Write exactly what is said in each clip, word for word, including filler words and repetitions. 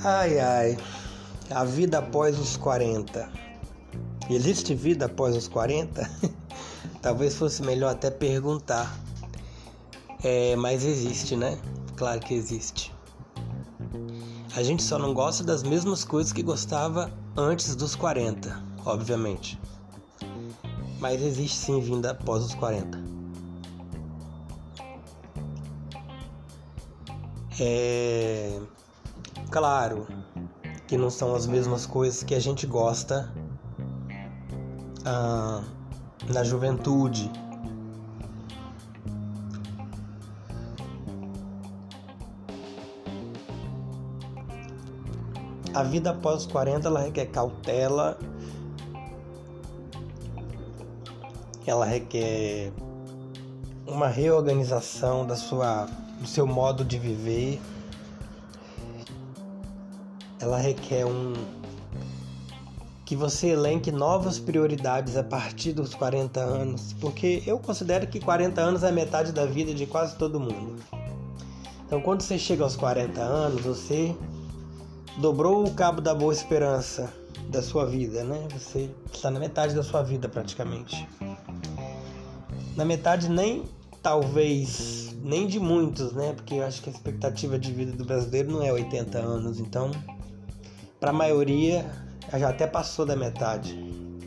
Ai, ai, a vida após os quarenta. Existe vida após os quarenta? Talvez fosse melhor até perguntar. É, mas existe, né? Claro que existe. A gente só não gosta das mesmas coisas que gostava antes dos quarenta, obviamente. Mas existe sim vida após os quarenta. É... Claro que não são as mesmas coisas que a gente gosta ah, na juventude. A vida após os quarenta, ela requer cautela, ela requer uma reorganização da sua, do seu modo de viver. Ela requer um que você elenque novas prioridades a partir dos quarenta anos, porque eu considero que quarenta anos é metade da vida de quase todo mundo. Então, quando você chega aos quarenta anos, você dobrou o cabo da boa esperança da sua vida, né? Você está na metade da sua vida praticamente. Na metade nem, talvez, nem de muitos, né? Porque eu acho que a expectativa de vida do brasileiro não é oitenta anos, então para a maioria já até passou da metade.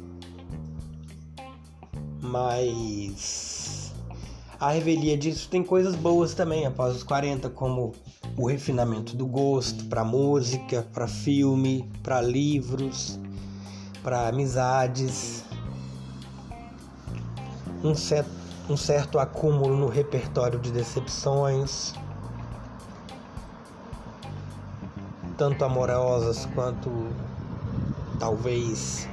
Mas a revelia disso tem coisas boas também após os quarenta, como o refinamento do gosto para música, para filme, para livros, para amizades, um certo, um certo acúmulo no repertório de decepções, tanto amorosas quanto talvez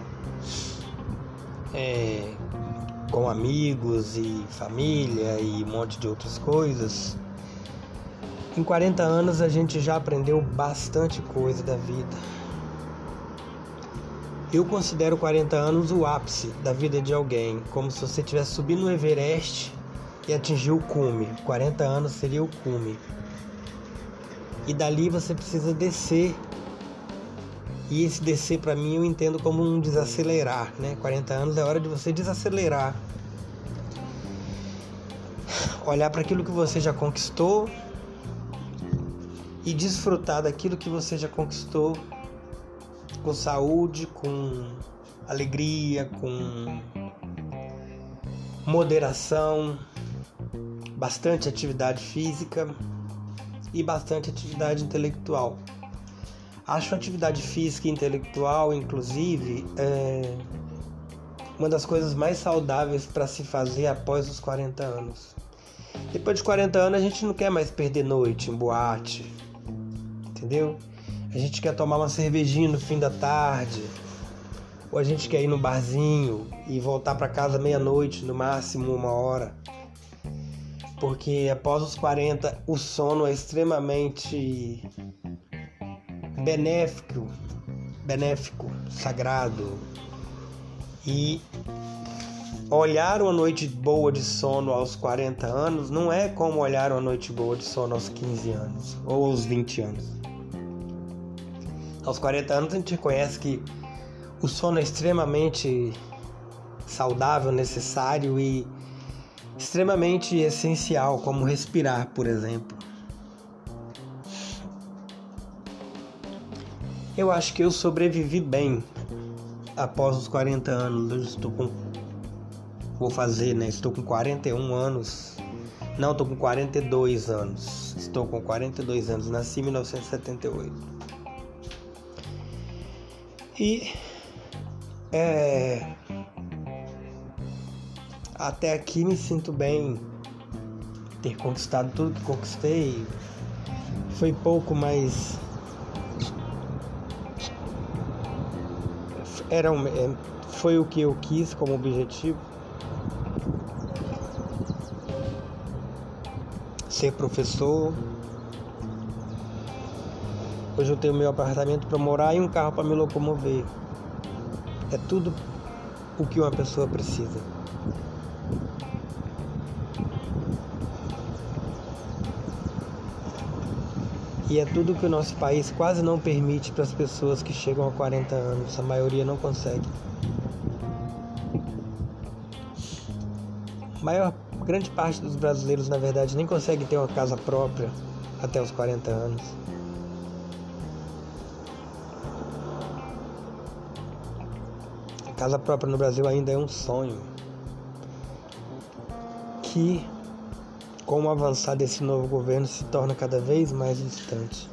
é, com amigos e família e um monte de outras coisas. Em quarenta anos a gente já aprendeu bastante coisa da vida. Eu considero quarenta anos o ápice da vida de alguém, como se você estivesse subindo no Everest e atingiu o cume. quarenta anos seria o cume. E dali você precisa descer. E esse descer para mim eu entendo como um desacelerar, né? quarenta anos é hora de você desacelerar. Olhar para aquilo que você já conquistou e desfrutar daquilo que você já conquistou com saúde, com alegria, com moderação, bastante atividade física e bastante atividade intelectual. Acho a atividade física e intelectual, inclusive, é uma das coisas mais saudáveis para se fazer após os quarenta anos. Depois de quarenta anos a gente não quer mais perder noite em boate, entendeu? A gente quer tomar uma cervejinha no fim da tarde, ou a gente quer ir no barzinho e voltar para casa meia-noite, no máximo uma hora. Porque após os quarenta o sono é extremamente benéfico, benéfico, sagrado. E olhar uma noite boa de sono aos quarenta anos não é como olhar uma noite boa de sono aos quinze anos ou aos vinte anos. Aos quarenta anos a gente reconhece que o sono é extremamente saudável, necessário e extremamente essencial, como respirar, por exemplo. Eu acho que eu sobrevivi bem após os quarenta anos. Eu estou com... Vou fazer, né? Estou com quarenta e um anos. Não, estou com quarenta e dois anos. Estou com quarenta e dois anos. Nasci em mil novecentos e setenta e oito. E... É... Até aqui me sinto bem. Ter conquistado tudo que conquistei. Foi pouco, mas... Era um, foi o que eu quis como objetivo. Ser professor. Hoje eu tenho meu apartamento para morar e um carro para me locomover. É tudo o que uma pessoa precisa. E é tudo que o nosso país quase não permite para as pessoas que chegam a quarenta anos. A maioria não consegue. A maior, grande parte dos brasileiros, na verdade, nem consegue ter uma casa própria até os quarenta anos. A casa própria no Brasil ainda é um sonho que, com o avançar desse novo governo, se torna cada vez mais distante.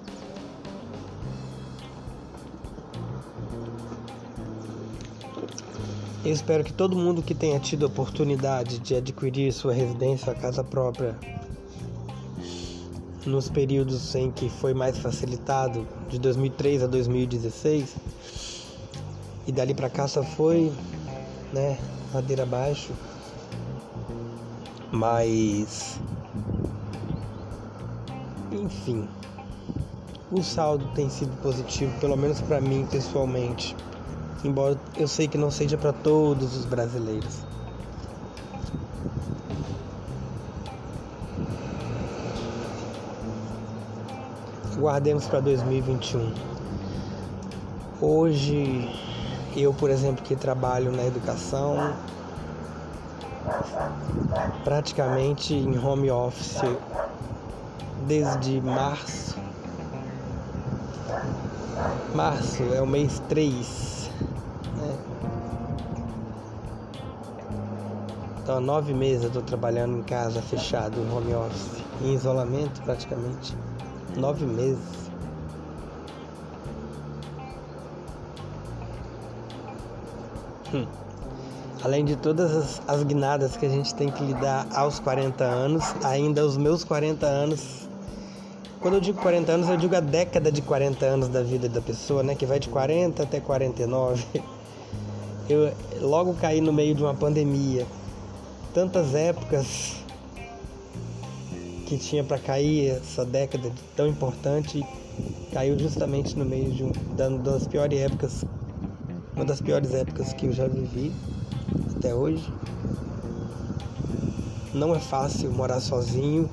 Eu espero que todo mundo que tenha tido a oportunidade de adquirir sua residência, a casa própria, nos períodos em que foi mais facilitado, de dois mil e três a dois mil e dezesseis, e dali para cá só foi, né, ladeira abaixo, mas, enfim, o saldo tem sido positivo, pelo menos para mim pessoalmente. Embora eu sei que não seja para todos os brasileiros. Guardemos para dois mil e vinte e um. Hoje, eu, por exemplo, que trabalho na educação, praticamente em home office desde março. Março é o mês três. Então há nove meses eu estou trabalhando em casa, fechado, em home office, em isolamento praticamente. Nove meses. Hum. Além de todas as, as guinadas que a gente tem que lidar aos quarenta anos, ainda aos meus quarenta anos. Quando eu digo quarenta anos, eu digo a década de quarenta anos da vida da pessoa, né? Que vai de quarenta até quarenta e nove. Eu logo caí no meio de uma pandemia. Tantas épocas que tinha para cair essa década tão importante, caiu justamente no meio de uma das piores épocas, uma das piores épocas que eu já vivi até hoje. Não é fácil morar sozinho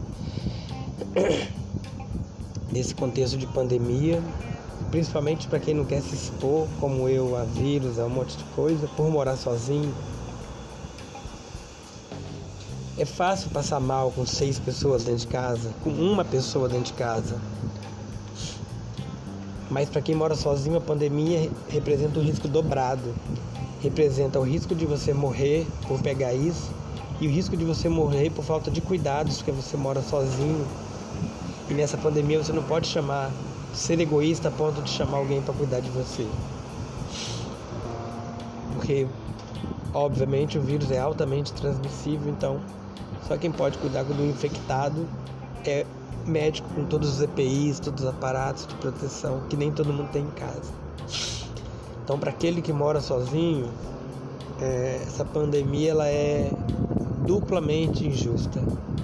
nesse contexto de pandemia, principalmente para quem não quer se expor, como eu, a vírus, a um monte de coisa, por morar sozinho. É fácil passar mal com seis pessoas dentro de casa, com uma pessoa dentro de casa. Mas para quem mora sozinho, a pandemia representa um risco dobrado. Representa o risco de você morrer por pegar isso e o risco de você morrer por falta de cuidados, porque você mora sozinho. E nessa pandemia você não pode chamar, ser egoísta a ponto de chamar alguém para cuidar de você. Porque, obviamente, o vírus é altamente transmissível, então só quem pode cuidar do infectado é médico com todos os E P Is, todos os aparatos de proteção, que nem todo mundo tem em casa. Então, para aquele que mora sozinho, é, essa pandemia ela é duplamente injusta.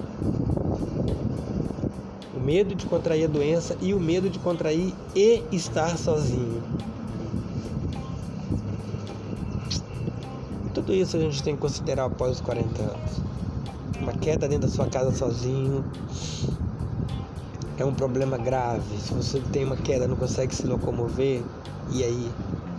O medo de contrair a doença e o medo de contrair e estar sozinho. Tudo isso a gente tem que considerar após os quarenta anos. Uma queda dentro da sua casa sozinho é um problema grave. Se você tem uma queda, não consegue se locomover, e aí?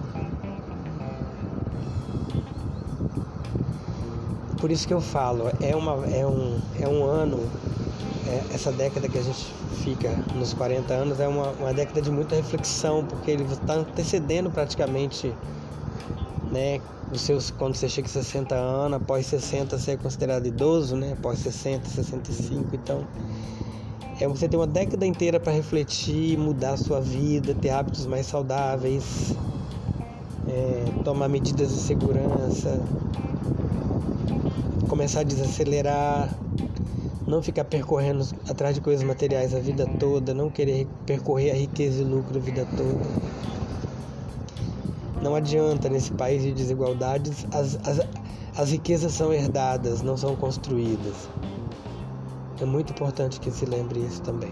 Por isso que eu falo, é, uma, é, um, é um ano, é, essa década que a gente fica nos quarenta anos é uma, uma década de muita reflexão, porque ele está antecedendo praticamente, né, os seus, quando você chega a sessenta anos, após sessenta você é considerado idoso, né, após sessenta, sessenta e cinco, então é você ter uma década inteira para refletir, mudar a sua vida, ter hábitos mais saudáveis, é, tomar medidas de segurança, começar a desacelerar, não ficar percorrendo atrás de coisas materiais a vida toda, não querer percorrer a riqueza e lucro a vida toda. Não adianta, nesse país de desigualdades, as, as, as riquezas são herdadas, não são construídas. É muito importante que se lembre isso também.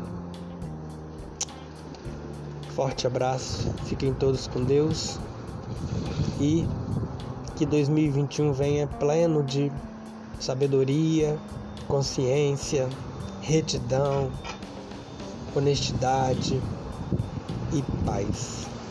Forte abraço, fiquem todos com Deus e que dois mil e vinte e um venha pleno de sabedoria, consciência, retidão, honestidade, paz.